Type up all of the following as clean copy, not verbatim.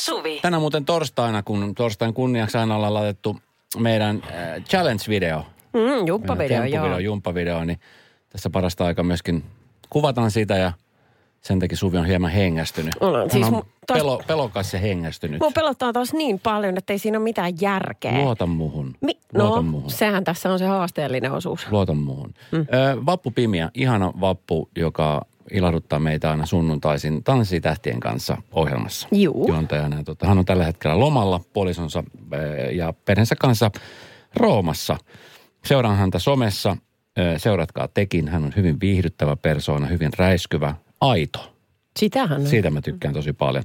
Suvi. Tänään muuten torstaina, kun torstain kunniaksi aina ollaan laitettu meidän challenge-video. Jumppavideo, joo. Jumppavideo, niin tässä parasta aikaa myöskin kuvataan sitä ja sen takia Suvi on hieman hengästynyt. Siis on pelokas ja hengästynyt. Mua pelottaa taas niin paljon, että ei siinä ole mitään järkeä. Luota muhun. Sehän tässä on se haasteellinen osuus. Luota muhun. Vappu Pimiä, ihana vappu, joka ilahduttaa meitä aina sunnuntaisin Tanssitähtien kanssa ohjelmassa. Juu. Juontajana. Hän on tällä hetkellä lomalla puolisonsa ja perheensä kanssa Roomassa. Seuraan häntä somessa. Seuratkaa tekin. Hän on hyvin viihdyttävä persoona, hyvin räiskyvä, aito. Sitähän on. Siitä mä tykkään tosi paljon.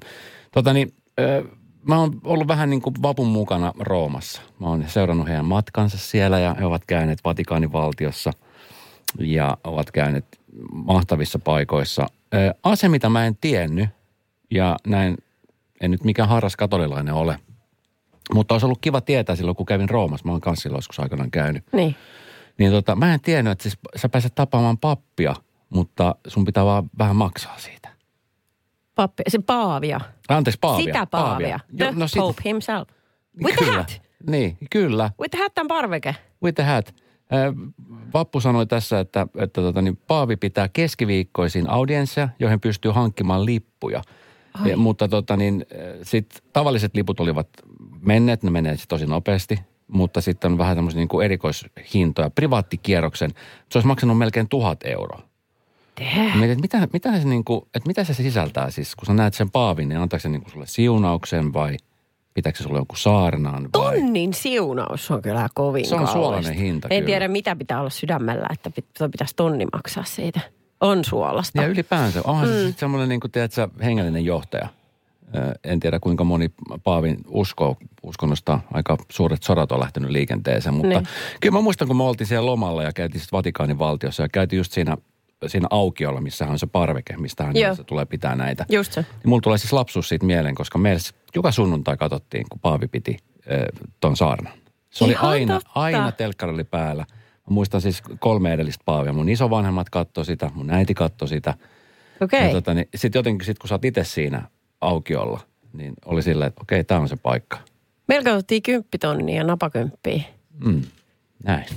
Mä oon ollut vähän niin kuin vapun mukana Roomassa. Mä oon seurannut heidän matkansa siellä ja he ovat käyneet Vatikaanin valtiossa ja ovat käyneet mahtavissa paikoissa. Asia, mitä mä en tiennyt ja näin, en nyt mikään harras katolilainen ole, mutta olisi ollut kiva tietää silloin, kun kävin Roomassa. Mä oon kanssa silloin joskus aikanaan käynyt. Niin. Niin mä en tiennyt, että siis sä pääset tapaamaan pappia, mutta sun pitää vaan vähän maksaa siitä. Pappi, se paavia. Anteeksi, paavia. Sitä paavia. The Pope himself. With the hat. Niin, kyllä. With the hat and parveke. With the hat. Vappu sanoi tässä, että paavi pitää keskiviikkoisin audiensseja, joihin pystyy hankkimaan lippuja. Mutta sitten tavalliset liput olivat menneet, ne menee tosi nopeasti. Mutta sitten on vähän tämmöisiä niin kuin erikoishintoja. Privaattikierroksen, se olisi maksanut melkein 1,000 €. Mietin, mitä se sisältää siis, kun sä näet sen paavin, niin antaako se niin kuin sulle siunauksen vai pitääkö se sulle jonkun saarnaan? Vai? Tonnin siunaus on kyllä kovin se on suolainen hinta. En tiedä, mitä pitää olla sydämellä, että pitäisi tonni maksaa siitä. On suolasta. Ja ylipäänsä, onhan se sitten semmoinen niin kuin, tiedätkö, hengellinen johtaja. En tiedä, kuinka moni paavin uskonnosta aika suuret sodat on lähtenyt liikenteeseen, mutta kyllä mä muistan, kun me oltiin siellä lomalla ja käytiin sitten Vatikaanin valtiossa ja käytiin just siinä aukiolla, missä on se parveke, mistä hän tulee pitää näitä. Just se. Ja mulla tulee siis lapsuus siitä mieleen, koska meillä joka sunnuntai katsottiin, kun paavi piti ton saarnan. Se oli aina telkkari oli päällä. Mä muistan siis 3 edellistä paavia. Mun isovanhemmat katsoi sitä, mun äiti katsoi sitä. Okei. Ja sitten jotenkin, kun sä oot itse siinä aukiolla, niin oli silleen, että okei, tää on se paikka. Meillä katsottiin 10 tonnia ja napakymppiä. Näin.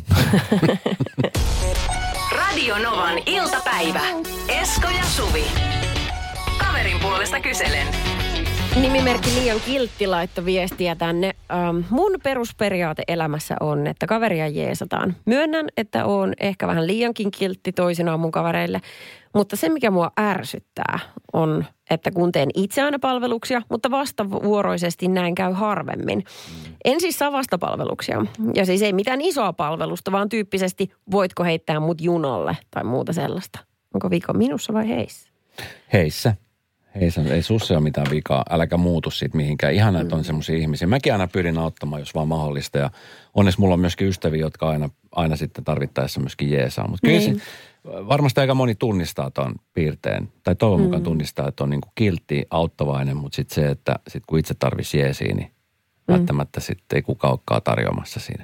Radio Novan iltapäivä. Esko ja Suvi. Kaverin puolesta kyselen. Nimimerkki Liian Kiltti laittoi viestiä tänne. Mun perusperiaate elämässä on, että kaveria jeesataan. Myönnän, että on ehkä vähän liiankin kiltti toisinaan mun kavereille. Mutta se, mikä mua ärsyttää, on, että kun teen itse aina palveluksia, mutta vastavuoroisesti näin käy harvemmin. En siis saa vastapalveluksia. Ja siis ei mitään isoa palvelusta, vaan tyyppisesti voitko heittää mut junalle tai muuta sellaista. Onko vika minussa vai heissä? Heissä. Ei sussa ole mitään vikaa. Äläkä muutu siitä mihinkään. Ihan näitä on semmoisia ihmisiä. Mäkin aina pyrin auttamaan, jos vaan mahdollista. Ja onneksi mulla on myöskin ystäviä, jotka aina sitten tarvittaessa myöskin jeesaa. Mutta kyllä varmasti aika moni tunnistaa ton piirteen. Tai toivon mukaan tunnistaa, että on niin kuin kiltti, auttavainen. Mutta sitten se, että kun itse tarvitsisi jeesiä, niin välttämättä sitten ei kukaan olekaan tarjoamassa siinä.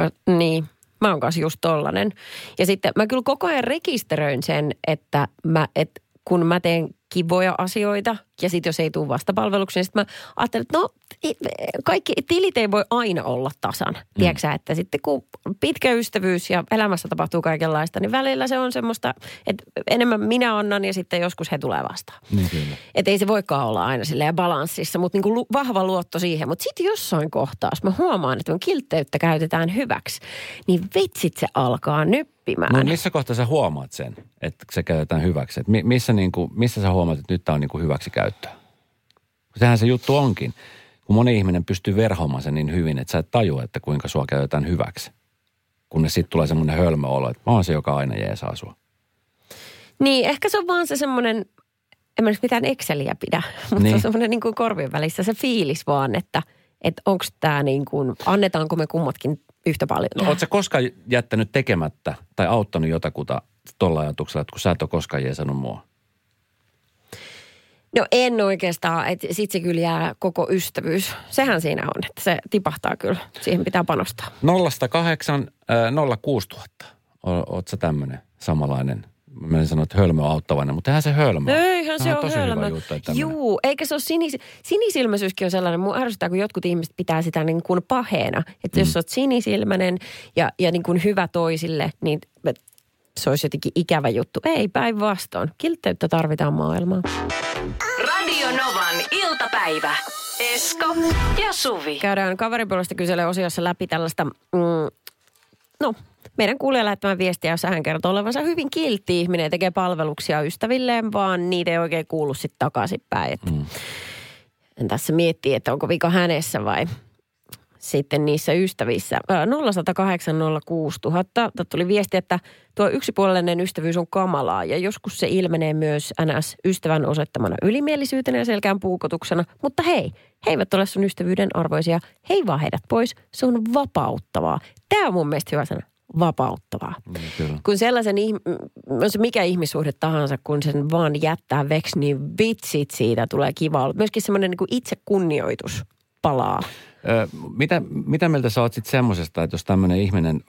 Mä oon kanssa just tollanen. Ja sitten mä kyllä koko ajan rekisteröin sen, että kun mä teen kivoja asioita ja sitten jos ei tule vastapalveluksia, niin sitten mä ajattelen, että kaikki tilit ei voi aina olla tasan. Tiedätkö sä, että sitten kun pitkä ystävyys ja elämässä tapahtuu kaikenlaista, niin välillä se on semmoista, että enemmän minä annan ja sitten joskus he tulee vastaan. Niin kyllä. Että ei se voikaan olla aina silleen balanssissa, mutta niin kuin vahva luotto siihen. Mutta sitten jossain kohtaa, jos mä huomaan, että kun kiltteyttä käytetään hyväksi, niin vitsit se alkaa nyppimään. No missä kohtaa sä huomaat sen, että se käytetään hyväksi? Että missä sä huomaat, että nyt tää on niin kuin hyväksi käyttöä? Sehän se juttu onkin. Kun moni ihminen pystyy verhoamaan sen niin hyvin, että sä et tajua, että kuinka sua käytetään hyväksi. Kunnes sitten tulee semmoinen hölmöolo, että mä oon se, joka aina jeesaa sua. Niin, ehkä se on vaan se semmoinen, en mä nyt mitään Exceliä pidä, mutta se on semmoinen niin kuin korvien välissä se fiilis vaan, että onko tämä niin kuin, annetaanko me kummatkin yhtä paljon. No, ootko sä koskaan jättänyt tekemättä tai auttanut jotakuta tuolla ajatuksella, että kun sä et ole koskaan jeesannut mua? No en oikeastaan, että sit se kyllä jää koko ystävyys. Sehän siinä on, että se tipahtaa kyllä. Siihen pitää panostaa. 0806000. Oot sä tämmönen samanlainen Mä sanoin, että hölmö on auttavainen, mutta eihän se hölmö. Eihän se on ole hölmö. Juu, eikä se ole sinisilmäisyyskin on sellainen, mun ärsyttää, kun jotkut ihmiset pitää sitä niin kuin paheena. Että jos sä oot sinisilmäinen ja niin kuin hyvä toisille, niin se olisi jotenkin ikävä juttu. Ei, päinvastoin. Kiltteyttä tarvitaan maailmaan. Radio Novan iltapäivä. Esko ja Suvi. Käydään kaveripuolesta kysele osiossa läpi tällaista, meidän kuulija lähettämään viestiä, jossa hän kertoo olevansa hyvin kiltti ihminen ja tekee palveluksia ystävilleen, vaan niitä ei oikein kuulu sitten takaisinpäin. En tässä miettii, että onko vika hänessä vai sitten niissä ystävissä. 0108 06000. Tätä tuli viesti, että tuo yksipuolinen ystävyys on kamalaa ja joskus se ilmenee myös NS-ystävän osoittamana ylimielisyytenä ja selkään puukotuksena. Mutta hei, he eivät ole sun ystävyyden arvoisia. Hei vaan heidät pois. Se on vapauttavaa. Tämä on mun mielestä hyvä sana. Vapauttavaa. Kun sellaisen, on se mikä ihmissuhde tahansa, kun sen vaan jättää veksi, niin vitsit siitä tulee kiva olla. Myöskin semmoinen niin kuin itsekunnioitus palaa. Mitä mieltä sä oot sitten semmosesta, että jos tämmöinen ihminen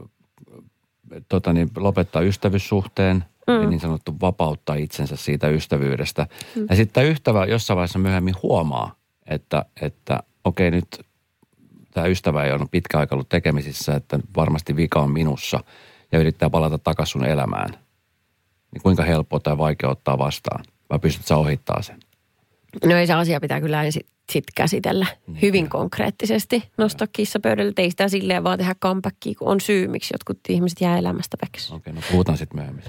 lopettaa ystävyyssuhteen, niin sanottu vapauttaa itsensä siitä ystävyydestä. Ja sitten tämä ystävä jossain vaiheessa myöhemmin huomaa, että okei nyt tämä ystävä ei ole pitkään aikaa ollut tekemisissä, että varmasti vika on minussa ja yrittää palata takaisin sun elämään. Niin kuinka helppoa tai vaikea ottaa vastaan? Vai pystyt sä ohittaa sen? No ei se asia pitää kyllä ensin käsitellä hyvin konkreettisesti. Nostaa kissa pöydälle, ei sitä silleen vaan tehdä comebackia, kun on syy, miksi jotkut ihmiset jää elämästä veksi. Okei, no puhutaan sitten myöhemmin.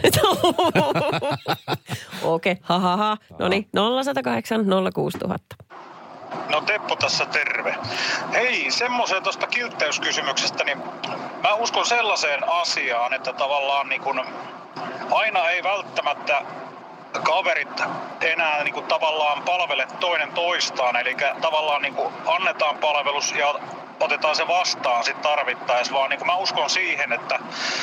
Okei, No niin, 0108 06000. No Teppo tässä terve. Hei, semmoiseen tuosta kiltteyskysymyksestä, niin mä uskon sellaiseen asiaan, että tavallaan niin kun aina ei välttämättä kaverit enää niin kuin tavallaan palvele toinen toistaan, eli tavallaan niin kuin annetaan palvelus ja otetaan se vastaan sitten tarvittaessa, vaan niin kuin mä uskon siihen, että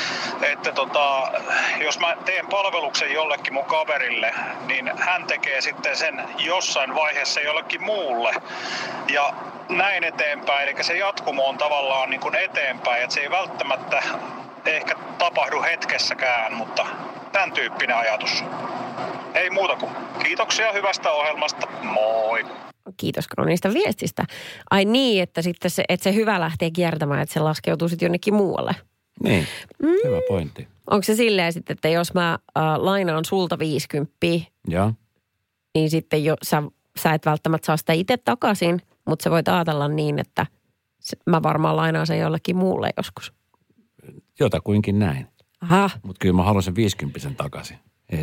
jos mä teen palveluksen jollekin mun kaverille, niin hän tekee sitten sen jossain vaiheessa jollekin muulle ja näin eteenpäin, eli se jatkumo on tavallaan niin kuin eteenpäin, että se ei välttämättä ehkä tapahdu hetkessäkään, mutta tämän tyyppinen ajatus. Ei muuta kuin kiitoksia hyvästä ohjelmasta. Moi! Kiitos niistä viestistä. Ai niin, että sitten se hyvä lähtee kiertämään, että se laskeutuu sitten jonnekin muualle. Niin, hyvä pointti. Onko se silleen sitten, että jos mä lainaan sulta 50, niin sitten sä et välttämättä saa sitä itse takaisin, mutta sä voit ajatella niin, että mä varmaan lainaan sen jollekin muulle joskus. Jotakuinkin näin. Aha. Mutta kyllä mä haluan sen 50 takaisin.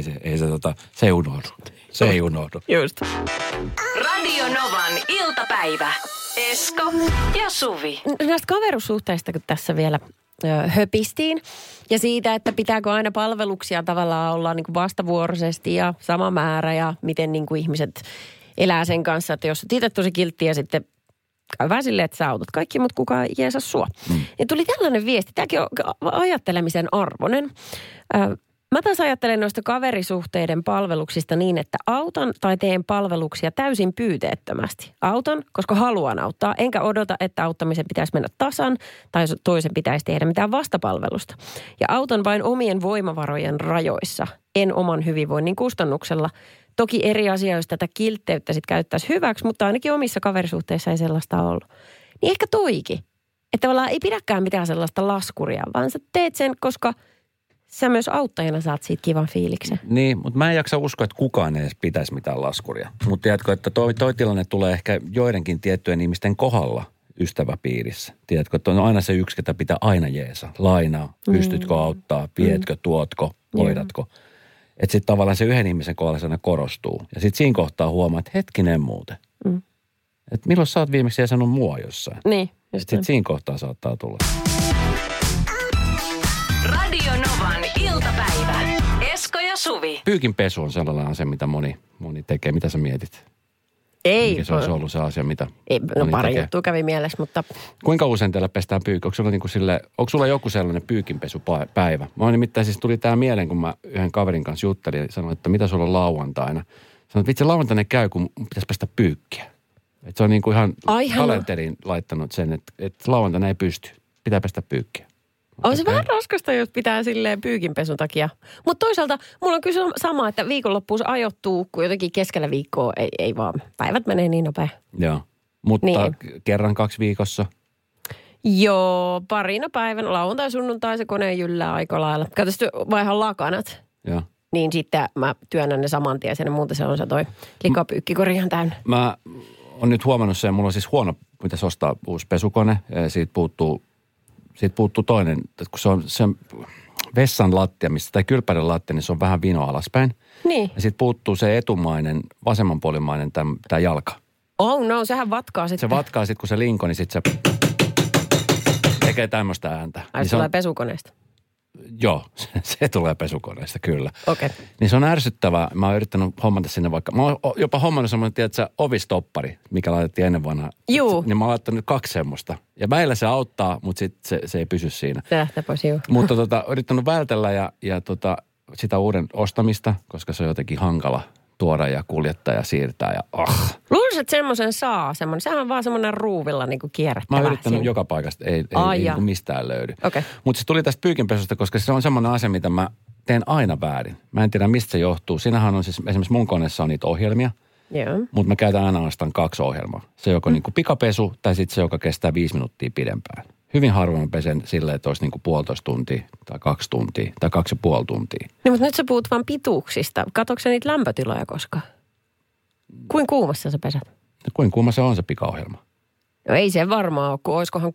Se ei unohdu. Just. Radio Novan iltapäivä. Esko ja Suvi. Näistä kaverussuhteista, kun tässä vielä höpistiin. Ja siitä, että pitääkö aina palveluksia tavallaan olla niin kuin vastavuoroisesti ja sama määrä. Ja miten niin kuin ihmiset elää sen kanssa. Että jos itse tosi kiltti ja sitten käy vähän silleen, että sä autat kaikki, mutta kukaan ei jeesa sua. Ja tuli tällainen viesti. Tämäkin on ajattelemisen arvoinen. Mä taas ajattelen noista kaverisuhteiden palveluksista niin, että autan tai teen palveluksia täysin pyyteettömästi. Autan, koska haluan auttaa, enkä odota, että auttamisen pitäisi mennä tasan tai toisen pitäisi tehdä mitään vastapalvelusta. Ja autan vain omien voimavarojen rajoissa, en oman hyvinvoinnin kustannuksella. Toki eri asia, jos tätä kiltteyttä sitten käyttäisi hyväksi, mutta ainakin omissa kaverisuhteissa ei sellaista ollut. Niin ehkä toikin, että tavallaan ei pidäkään mitään sellaista laskuria, vaan sä teet sen, koska sä myös auttajana saat siitä kivan fiiliksen. Niin, mutta mä en jaksa uskoa, että kukaan edes pitäisi mitään laskuria. Mutta tiedätkö, että toi tilanne tulee ehkä joidenkin tiettyjen ihmisten kohdalla ystäväpiirissä. Tiedätkö, että on aina se yksi, ketä pitää aina jeesa. Lainaa, pystytkö auttaa, vietkö, tuotko, hoidatko. Että sitten tavallaan se yhden ihmisen kohdalla se aina korostuu. Ja sitten siinä kohtaa huomaa, että hetkinen muuten. Että milloin sä oot viimeksi sanonut mua jossain? Niin. Sitten siinä kohtaa saattaa tulla. Radio Novan iltapäivä. Esko ja Suvi. Pyykinpesu on sellainen asia, mitä moni tekee. Mitä sä mietit? Ei. Mikä se olisi ollut se asia, mitä pari juttua kävi mielessä, mutta kuinka usein teillä pestään pyykki? Onko sulla joku sellainen pyykinpesupäivä? Mä nimittäin siis tuli tää mieleen, kun mä yhden kaverin kanssa juttelin ja sanoin, että mitä sulla on lauantaina. Sanoin, että vitsi lauantaina käy, kun pitäisi pestä pyykkiä. Että se on niin kuin ihan kalenteriin laittanut sen, että lauantaina ei pysty. Pitää pestä pyykkiä. On se vähän raskasta, jos pitää silleen pyykinpesun takia. Mutta toisaalta mulla on kyllä sama, että viikonloppuun se ajoittuu, kun jotenkin keskellä viikkoa ei vaan. Päivät menee niin nopea. Joo, mutta niin. Kerran 2 viikossa. Joo, parina päivänä, lauantai, sunnuntai se kone jyllää aika lailla. Kato, sitten vaihan lakanat. Joo. Niin sitten mä työnnän ne saman tien sen, muuten se on se toi likapyykkikori ihan täynnä. Mä oon nyt huomannut sen, mulla on siis huono, pitäisi ostaa uusi pesukone. Siitä puuttuu toinen, kun se on vessan lattia, tai kylppäiden lattia, niin se on vähän vino alaspäin. Niin. Ja siitä puuttuu se etumainen, vasemmanpuolimainen tämä jalka. Oh no, sehän vatkaa sitten. Se vatkaa sitten, kun se linko, niin sitten se tekee tämmöistä ääntä. Ai niin se tulee pesukoneesta? Joo, se tulee pesukoneesta, kyllä. Okei. Okay. Niin se on ärsyttävää. Mä oon yrittänyt hommata sinne vaikka, mä oon jopa hommannut semmoinen, tiedätkö, ovistoppari, mikä laitettiin ennen vanhaa. Juu. Niin mä oon laittanut 2 semmoista. Ja meillä se auttaa, mutta sitten se ei pysy siinä. Se lähtee pois, juu. Mutta yrittänyt vältellä ja sitä uuden ostamista, koska se on jotenkin hankala tuoda ja kuljettaa ja siirtää ja Luulisin, että semmoisen saa. Sehän on vaan semmoinen ruuvilla niin kuin kierrättävä. Mä oon yrittänyt joka paikasta, ei niin mistään löydy. Okay. Mutta se tuli tästä pyykinpesusta, koska se on semmoinen asia, mitä mä teen aina väärin. Mä en tiedä, mistä se johtuu. Siinähän on siis, esimerkiksi mun koneessa on niitä ohjelmia, mutta mä käytän aina ainoastaan 2 ohjelmaa. Se joko niin kuin pikapesu tai sitten se, joka kestää 5 minuuttia pidempään. Hyvin harvoin mä pesen silleen, että olisi niin kuin 1,5 tuntia tai 2 tuntia tai 2,5 tuntia. Niin, mutta nyt sä puhut vaan pituuksista. Katsoitko sä niitä lämpötiloja koskaan? Kuin kuumassa sä pesät? Kuinka kuuma se on se pikaohjelma? No ei se varmaan ole, kun olisikohan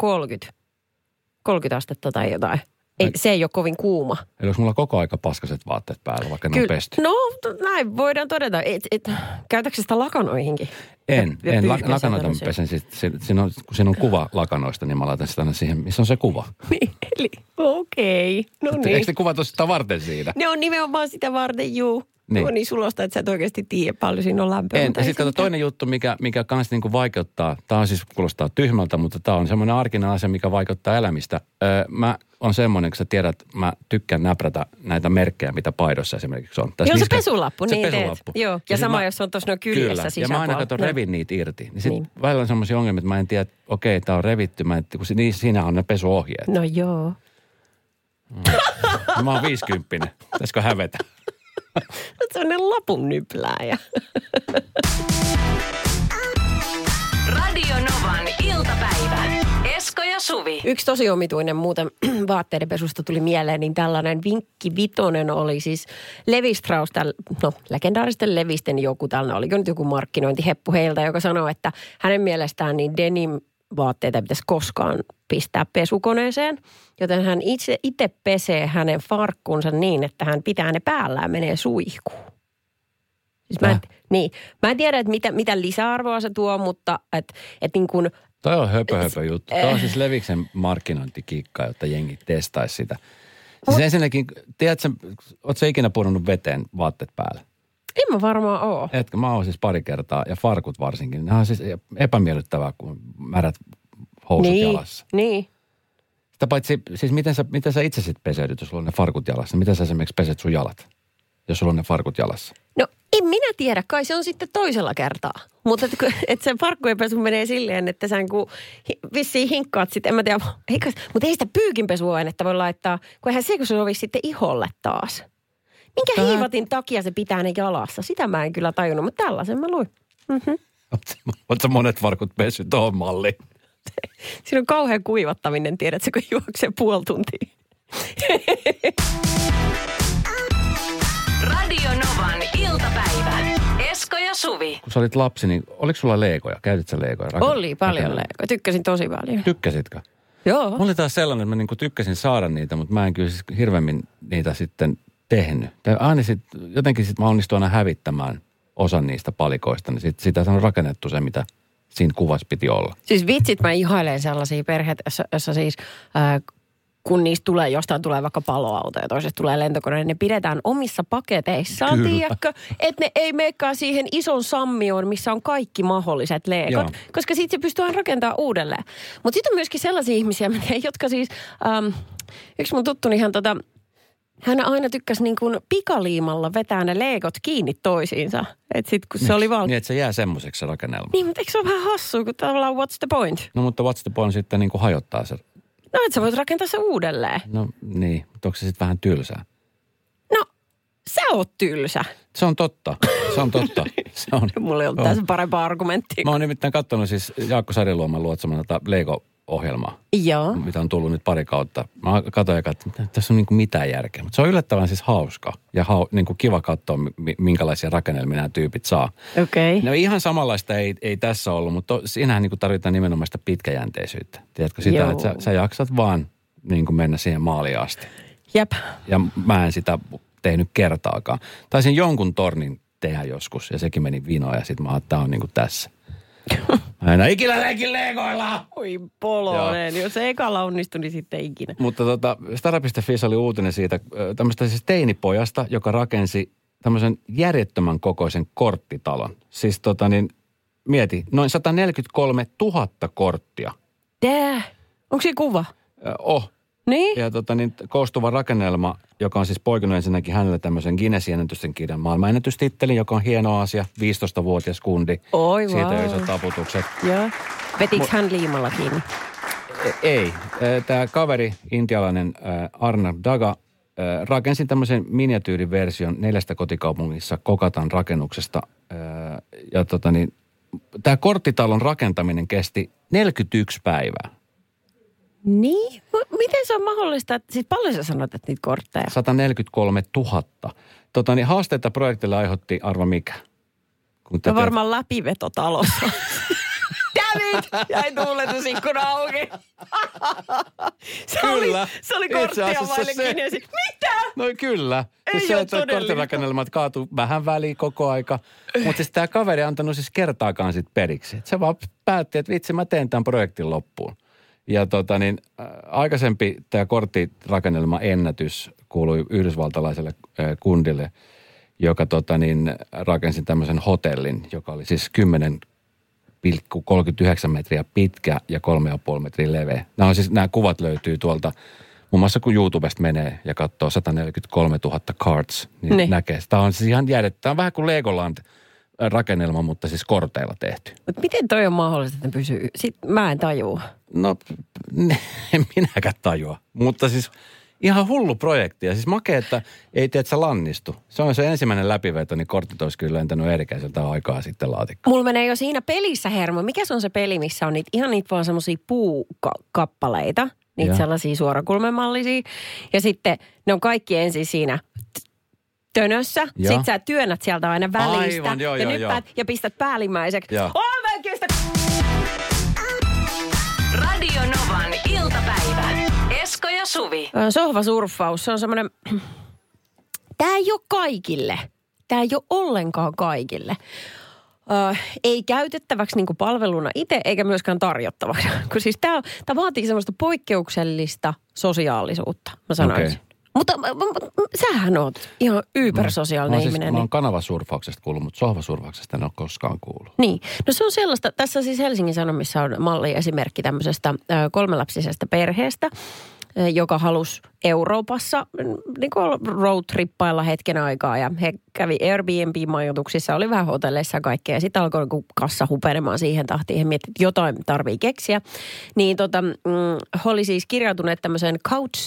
30 astetta tai jotain. Ei, se ei ole kovin kuuma. Eli onko mulla koko aika paskaset vaatteet päällä, vaikka ne on pesty? No, näin voidaan todeta. Käytätkö sitä lakanoihinkin? En. Lakanoita mä pesen. Siinä on kuva lakanoista, niin mä laitan sitä siihen, missä on se kuva. Niin, eli okei. No niin. Eikö ne kuvat ole sitä varten siinä? Ne on nimenomaan sitä varten, juu. Niin. On niin sulosta, että sä et oikeasti tiedä paljon siinä on lämpöä. Ja sitten kato toinen juttu, mikä kans niinku vaikeuttaa, tämä on siis kuulostaa tyhmältä, mutta tämä on semmoinen arkinen asia, mikä vaikuttaa elämistä. Mä on semmoinen, kun sä tiedät, mä tykkään näprätä näitä merkkejä, mitä paidossa esimerkiksi on. Joo, se pesulappu, se niin pesulappu. Teet. Joo, ja sama, jos on tuossa kyljessä sisäpuolella. Ja mä aina katson revin niitä irti. Niin sitten välillä on semmoisia ongelmia, että mä en tiedä, että okei, tää on revitty, kun siinä on ne pesuohjeet. No joo. Mä oon 50. Pitäisikö hävetä? Olet sellainen lapun nyplääjä. Radio Novan iltapäivä. Esko ja Suvi. Yksi tosi omituinen muuten vaatteiden pesusta tuli mieleen, niin tällainen vinkki vitonen oli siis Levi Strauss, legendaaristen Levisten joku tällainen, oliko nyt joku markkinointiheppu heiltä, joka sanoi, että hänen mielestään niin denim-vaatteita pitäisi koskaan pistää pesukoneeseen, joten hän itse pesee hänen farkkunsa niin, että hän pitää ne päällään, menee suihkuun. Siis mä en tiedä, että mitä lisäarvoa se tuo, mutta että niin kuin... Toi on höpö juttu. Toi on siis Leviksen markkinointikikka, jotta jengi testaisi sitä. Siis ensinnäkin, tiedätkö, ootko sä ikinä pudonnut veteen vaatteet päälle? En mä varmaan oo. Etkö? Mä oon siis pari kertaa, ja farkut varsinkin. Nämä on siis epämiellyttävää, kun märät housut jalassa. Niin. Sitä paitsi, siis miten sä itse sit peseydyt, jos sulla on ne farkut jalassa? Miten sä esimerkiksi peset sun jalat, jos sulla on ne farkut jalassa? No en minä tiedä, kai se on sitten toisella kertaa. Mutta että se farkkujen pesu menee silleen, että sä kun vissiin hinkkaat sitten, en mä tiedä, mutta ei sitä pyykinpesuainetta voi laittaa, kun eihän se kun se sovi sitten iholle taas. Minkä hiivatin takia se pitää ne jalassa? Sitä mä en kyllä tajunnut, mutta tällaisen mä luin. Mm-hmm. Oletko monet farkut pessyt tuohon malliin? Siinä on kauhean kuivattaminen, tiedätkö, kun juoksee puoli tuntia. Radio Novan iltapäivä. Esko ja Suvi. Kun sä olit lapsi, niin oliko sulla leegoja? Käytit sä leegoja? Oli paljon leegoja. Tykkäsin tosi paljon. Tykkäsitkö? Joo. Mulla oli taas sellainen, että mä niinku tykkäsin saada niitä, mutta mä en kyllä siis hirveämmin niitä sitten tehnyt. Aina jotenkin mä onnistuin aina hävittämään osan niistä palikoista, niin sitä on rakennettu se, mitä siinä kuvassa piti olla. Siis vitsit, mä ihailen sellaisia perheitä, jossa siis kun niistä tulee vaikka paloauto ja toisesta tulee lentokone, niin ne pidetään omissa paketeissaan, tiedätkö? Että ne ei meekään siihen ison sammioon, missä on kaikki mahdolliset leekot, koska sitten se pystyy aina rakentamaan uudelleen. Mutta sitten on myöskin sellaisia ihmisiä, jotka siis, yksi mun tuttuni hän aina tykkäsi niin kuin pikaliimalla vetää ne leekot kiinni toisiinsa. Että sit kun se oli Niin, että se jää semmoiseksi se rakennelma. Niin, mutta eikö se ole vähän hassua, kun tavallaan what's the point? No, mutta what's the point sitten niin kuin hajottaa se No, että sä voit rakentaa se uudelleen. No niin, mutta onko se sitten vähän tylsää? No, sä oot tylsä. Se on totta. Se on. Mulla ei ollut tässä parempaa argumenttia. Mä oon nimittäin katsonut siis Jaakko Sariluoman luotsaman Lego-ohjelmaa. Joo. Mitä on tullut nyt pari kautta. Mä katsoin että tässä on niinku mitään järkeä. Mutta se on yllättävän siis hauska ja niinku kiva katsoa, minkälaisia rakennelmia nämä tyypit saa. Okei. No ihan samanlaista ei tässä ollut, mutta siinähän niinku tarvitaan nimenomaan sitä pitkäjänteisyyttä. Tiedätkö sitä, Joo. että sä jaksat vaan niinku mennä siihen maaliin asti. Jep. Ja mä en sitä tehnyt kertaakaan. Taisin jonkun tornin tehdä joskus ja sekin meni vinoon ja sit mä ajattelin, että tää on niinku tässä. Mä enää ikinä leikin legoilla! Oi polonen, jos se ekalla onnistui, niin sitten ikinä. Mutta Stara.fi oli uutinen siitä tämmöistä siis teinipojasta, joka rakensi tämmöisen järjettömän kokoisen korttitalon. Siis mieti, noin 143 000 korttia. Onko siinä kuva? Niin? Ja koostuva rakennelma, joka on siis poikinut ensinnäkin hänelle tämmöisen Guinnessin ennätysten kirjan maailmanennätystittelin, joka on hieno asia, 15-vuotias kundi. Oi Siitä wow. on isot taputukset. Joo. Vetikö hän liimalla kiinni? Ei. Tämä kaveri, intialainen Arnav Daga, rakensi tämmöisen miniatyyriversion 4 kotikaupungissa Kokatan rakennuksesta. Ja tämä korttitalon rakentaminen kesti 41 päivää. Niin? Miten se on mahdollista? Siis paljon sä sanot, että niitä kortteja? 143 000. Haasteita projektille aiheutti, arva mikä? No varmaan läpivetotalossa. Dammit! Jäi tuuletusikkuna auki. Se oli korttia vaille Guinnessi. Mitä? No kyllä. Ei siis se, ole että todellista. korttirakennelmat kaatuu vähän väliin koko aika. Mutta siis tämä kaveri ei antanut siis kertaakaan sit periksi. Et se vaan päätti, että vitsi mä teen tämän projektin loppuun. Ja aikaisempi tämä korttirakennelma ennätys kuului yhdysvaltalaiselle kundille, joka rakensi tämmöisen hotellin, joka oli siis 10,39 metriä pitkä ja 3,5 metriä leveä. Nämä kuvat löytyy tuolta, muun muassa kun YouTubesta menee ja katsoo 143 000 cards, niin näkee. Tämä on siis ihan tämä on vähän kuin Legoland rakennelma, mutta siis korteilla tehty. Mutta miten toi on mahdollista, että ne pysyy? Mä en tajua. No, en minäkään tajua. Mutta siis ihan hullu projekti. Ja siis makea, että ei sä lannistu. Se on se ensimmäinen läpiveto, niin kortit olisi kyllä lentänyt erikäiseltä aikaa sitten laatikkoon. Mulla menee jo siinä pelissä hermo. Mikä se on se peli, missä on niitä vaan semmosia puukappaleita? Niitä sellaisia suorakulmemallisia. Ja sitten ne on kaikki ensin siinä tönössä. Ja. Sitten sä työnnät sieltä aina välistä. Aivan, joo, ja nyppäät ja pistät päällimmäiseksi. Mä en kestä. Radio Novan iltapäivä. Esko ja Suvi. Sohvasurffaus, se on semmoinen. Tää ei ole kaikille. Tää ei ole ollenkaan kaikille. Ei käytettäväksi niinku palveluna itse, eikä myöskään tarjottavaksi. Kun siis tää vaatii semmoista poikkeuksellista sosiaalisuutta, mä sanoisin. Okay. Mutta sähän oot ihan ybersosiaalinen ihminen. Mä oon kanavasurfauksesta kuullut, mutta sohvasurfauksesta en ole koskaan kuullut. Niin. No se on sellaista, tässä siis Helsingin Sanomissa on malliesimerkki tämmöisestä 3-lapsisesta perheestä, joka halusi Euroopassa niin roadtrippailla hetken aikaa. Ja he kävi Airbnb-majoituksissa, oli vähän hotelleissa ja kaikkea. Ja sitten alkoi kassa hupenemaan siihen tahtiin. He miettivät, että jotain tarvii keksiä. Niin he oli siis kirjautuneet tämmöiseen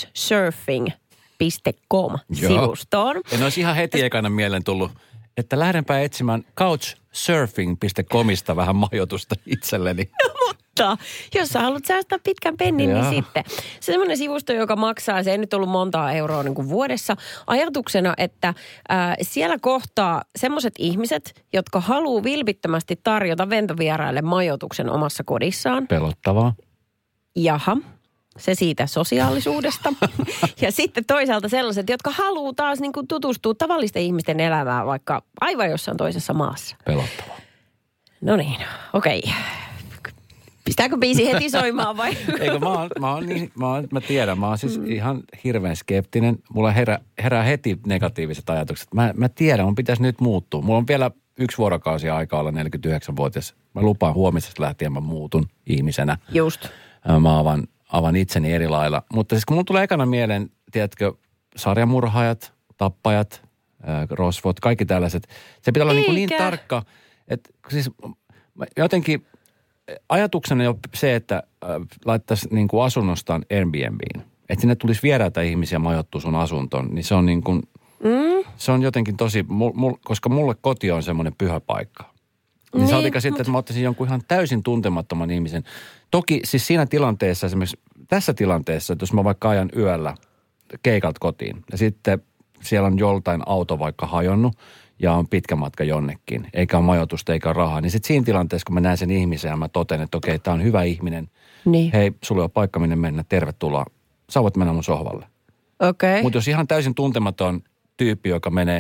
couchsurfing.com-sivustoon. En olisi ihan heti ekana mieleen tullut, että lähdenpä etsimään couchsurfing.comista vähän majoitusta itselleni. Mutta jos sä haluat säästää pitkän pennin, niin sitten. Se semmoinen sivusto, joka maksaa, se ei nyt ollut montaa euroa niin kuin vuodessa. Ajatuksena, että siellä kohtaa semmoiset ihmiset, jotka haluaa vilpittömästi tarjota ventovieraille majoituksen omassa kodissaan. Pelottavaa. Jaha. Se siitä sosiaalisuudesta. Ja sitten toisaalta sellaiset, jotka haluaa taas niin kuin tutustua tavallisten ihmisten elämään vaikka aivan jossain toisessa maassa. Pelottavaa. No niin, okei. Pistääkö biisi heti soimaan vai? Eikö, mä tiedän, mä oon siis ihan hirveän skeptinen. Mulla herää heti negatiiviset ajatukset. Mä tiedän, mun pitäisi nyt muuttua. Mulla on vielä 1 vuorokausi aikaa olla 49-vuotias. Mä lupaan huomisesta lähtien mä muutun ihmisenä. Just. Mä avan itseni eri lailla. Mutta siis kun mulla tulee ekana mieleen, tiedätkö, sarjamurhaajat, tappajat, rosvot, kaikki tällaiset. Se pitää olla niin tarkka, että siis jotenkin ajatuksena jo se, että laittaisi niin kuin asunnostaan Airbnbiin. Että sinne tulisi vieraita ihmisiä majoittua sun asuntoon, niin se on niin kuin, se on jotenkin tosi, koska mulle koti on semmoinen pyhä paikka. Niin saatika sitten, että mä ottaisin jonkun ihan täysin tuntemattoman ihmisen. Toki siis siinä tilanteessa, esimerkiksi tässä tilanteessa, että jos mä vaikka ajan yöllä keikalta kotiin ja sitten siellä on joltain auto vaikka hajonnut ja on pitkä matka jonnekin, eikä ole majoitusta eikä ole rahaa, niin sitten siinä tilanteessa, kun mä näen sen ihmisen ja mä toten, että okei, tää on hyvä ihminen. Niin. Hei, sulla on paikka minne mennä, tervetuloa. Sä voit mennä mun sohvalle. Okei. Mutta jos ihan täysin tuntematon tyyppi, joka menee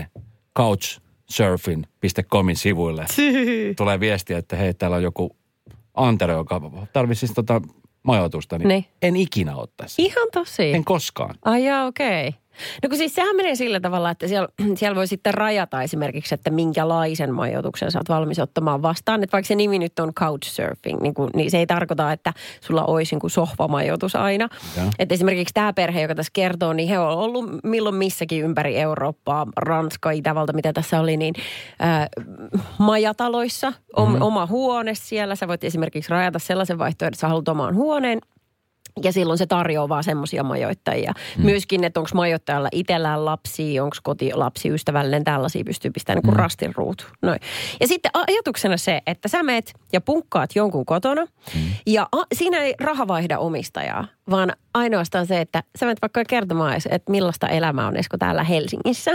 couchsurfing.comin sivuille, tulee viestiä, että hei, täällä on joku Antero, joka tarvitsisi majoitusta, niin en ikinä ottaisi. Ihan tosi? En koskaan. Ai jaa, okei. No kun siis sehän menee sillä tavalla, että siellä voi sitten rajata esimerkiksi, että minkälaisen majoituksen sä oot valmis ottamaan vastaan. Että vaikka se nimi nyt on couchsurfing, niin se ei tarkoita, että sulla olisi niin kuin sohvamajoitus aina. Että esimerkiksi tämä perhe, joka tässä kertoo, niin he on ollut milloin missäkin ympäri Eurooppaa, Ranska, Itävalta, mitä tässä oli, niin majataloissa, oma huone siellä. Sä voit esimerkiksi rajata sellaisen vaihtoehdon, että sä haluat omaan huoneen. Ja silloin se tarjoaa vaan semmoisia majoittajia. Myöskin, että onko majoittajalla itsellään lapsia, onko koti lapsiystävällinen, tällaisia pystyy pistämään niin kuin rastin ruutuun. Noin. Ja sitten ajatuksena se, että sä meet ja punkkaat jonkun kotona ja siinä ei raha vaihda omistajaa, vaan ainoastaan se, että sä menet vaikka kertomaan, että millaista elämää on Esko täällä Helsingissä.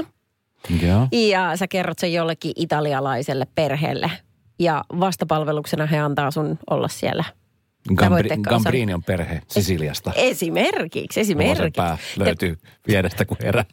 Ja sä kerrot sen jollekin italialaiselle perheelle ja vastapalveluksena he antaa sun olla siellä. Gambrinion perhe Sisiliasta. Esimerkiksi. Pää löytyy vierestä kuin herä.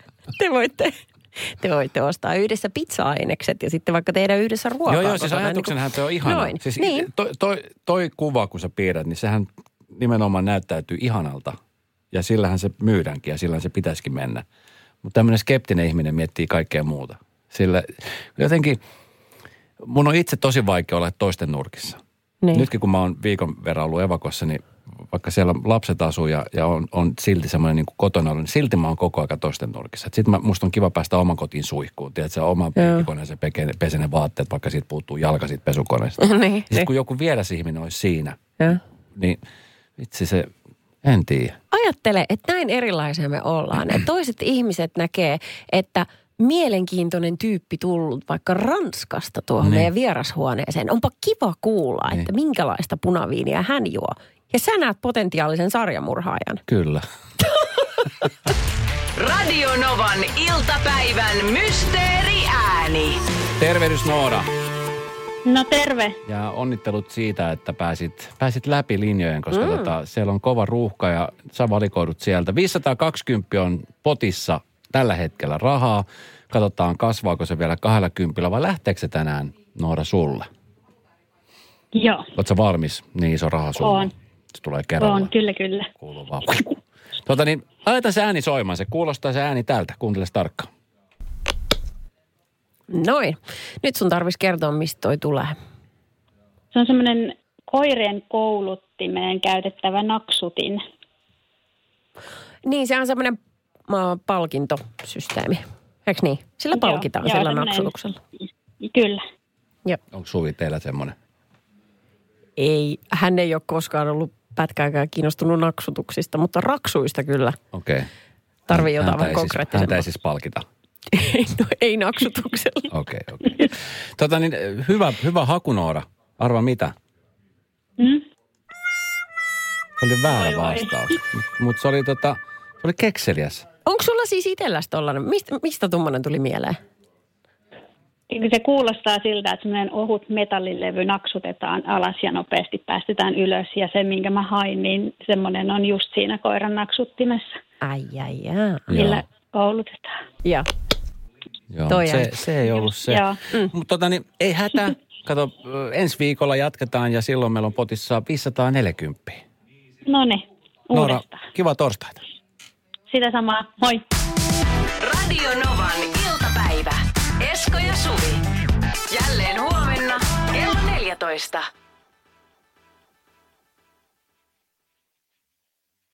Te voitte ostaa yhdessä pizza-ainekset ja sitten vaikka tehdä yhdessä ruokaa. Joo, siis ajatuksenhan se on ihana. Noin, siis niin. toi kuva, kun sä piirrät, niin sehän nimenomaan näyttäytyy ihanalta. Ja sillähän se myydäänkin ja sillähän se pitäisikin mennä. Mutta tämmöinen skeptinen ihminen miettii kaikkea muuta. Sillä jotenkin mun on itse tosi vaikea olla toisten nurkissa. Niin. Nytkin kun mä oon viikon verran ollut evakossa, niin vaikka siellä lapset asuu ja on silti semmoinen niin kuin kotona ollut, niin silti mä oon koko ajan toisten nurkissa. Sitten musta on kiva päästä oman kotiin suihkuun. Tiedätkö, se oma penkkikoneen, pesee ne vaatteet, vaikka siitä puuttuu jalka siitä pesukoneesta. Niin. Sitten kun joku vieras ihminen olisi siinä, niin vitsi se, en tiedä. Ajattele, että näin erilaisia me ollaan. Että toiset ihmiset näkee, että mielenkiintoinen tyyppi tullut vaikka Ranskasta tuohon meidän vierashuoneeseen. Onpa kiva kuulla, että minkälaista punaviiniä hän juo. Ja sä näet potentiaalisen sarjamurhaajan. Kyllä. Radio Novan iltapäivän mysteeriääni. Tervehdys Noora. No terve. Ja onnittelut siitä, että pääsit läpi linjojen, koska siellä on kova ruuhka ja sä valikoidut sieltä. 520 on potissa tällä hetkellä rahaa. Katsotaan, kasvaako se vielä 20 vai lähteekö se tänään, Noora, sulle? Joo. Oletko valmis niin iso raha sulle? On. Se tulee kerralla. On, kyllä. Kuuluu vaan. Laita se ääni soimaan. Se kuulostaa se ääni täältä. Kuunteles tarkkaan. Noin. Nyt sun tarvitsisi kertoa, mistä toi tulee. Se on semmoinen koirien kouluttimeen käytettävä naksutin. Niin, se on semmoinen palkintosysteemi. Eikö niin? Sillä palkitaan sillä naksutuksella. Kyllä. Onko Suvi teillä semmoinen? Ei, hän ei ole koskaan ollut pätkääkään kiinnostunut naksutuksista, mutta raksuista kyllä. Okei. Tarvii jotain vähän konkreettisempaa. Häntä ei siis palkita. No, ei naksutuksella. Okei. Hyvä haku, Noora. Arva mitä? Se oli väärä vastaus. Mutta se oli kekseliäs. Onko sulla siis itselläsi tollainen? Mistä tuommoinen tuli mieleen? Se kuulostaa siltä, että semmoinen ohut metallilevy naksutetaan alas ja nopeasti päästetään ylös. Ja se, minkä mä hain, niin semmoinen on just siinä koiran naksuttimessa. Ai. Millä koulutetaan. Joo. Se ei ollut se. Mutta ei hätää. Kato, ensi viikolla jatketaan ja silloin meillä on potissa 540. Noniin, Noora, uudestaan. kiva torstaita. Sitä samaa. Moi. Radio Novan iltapäivä. Esko ja Suvi. Jälleen huomenna kello 14.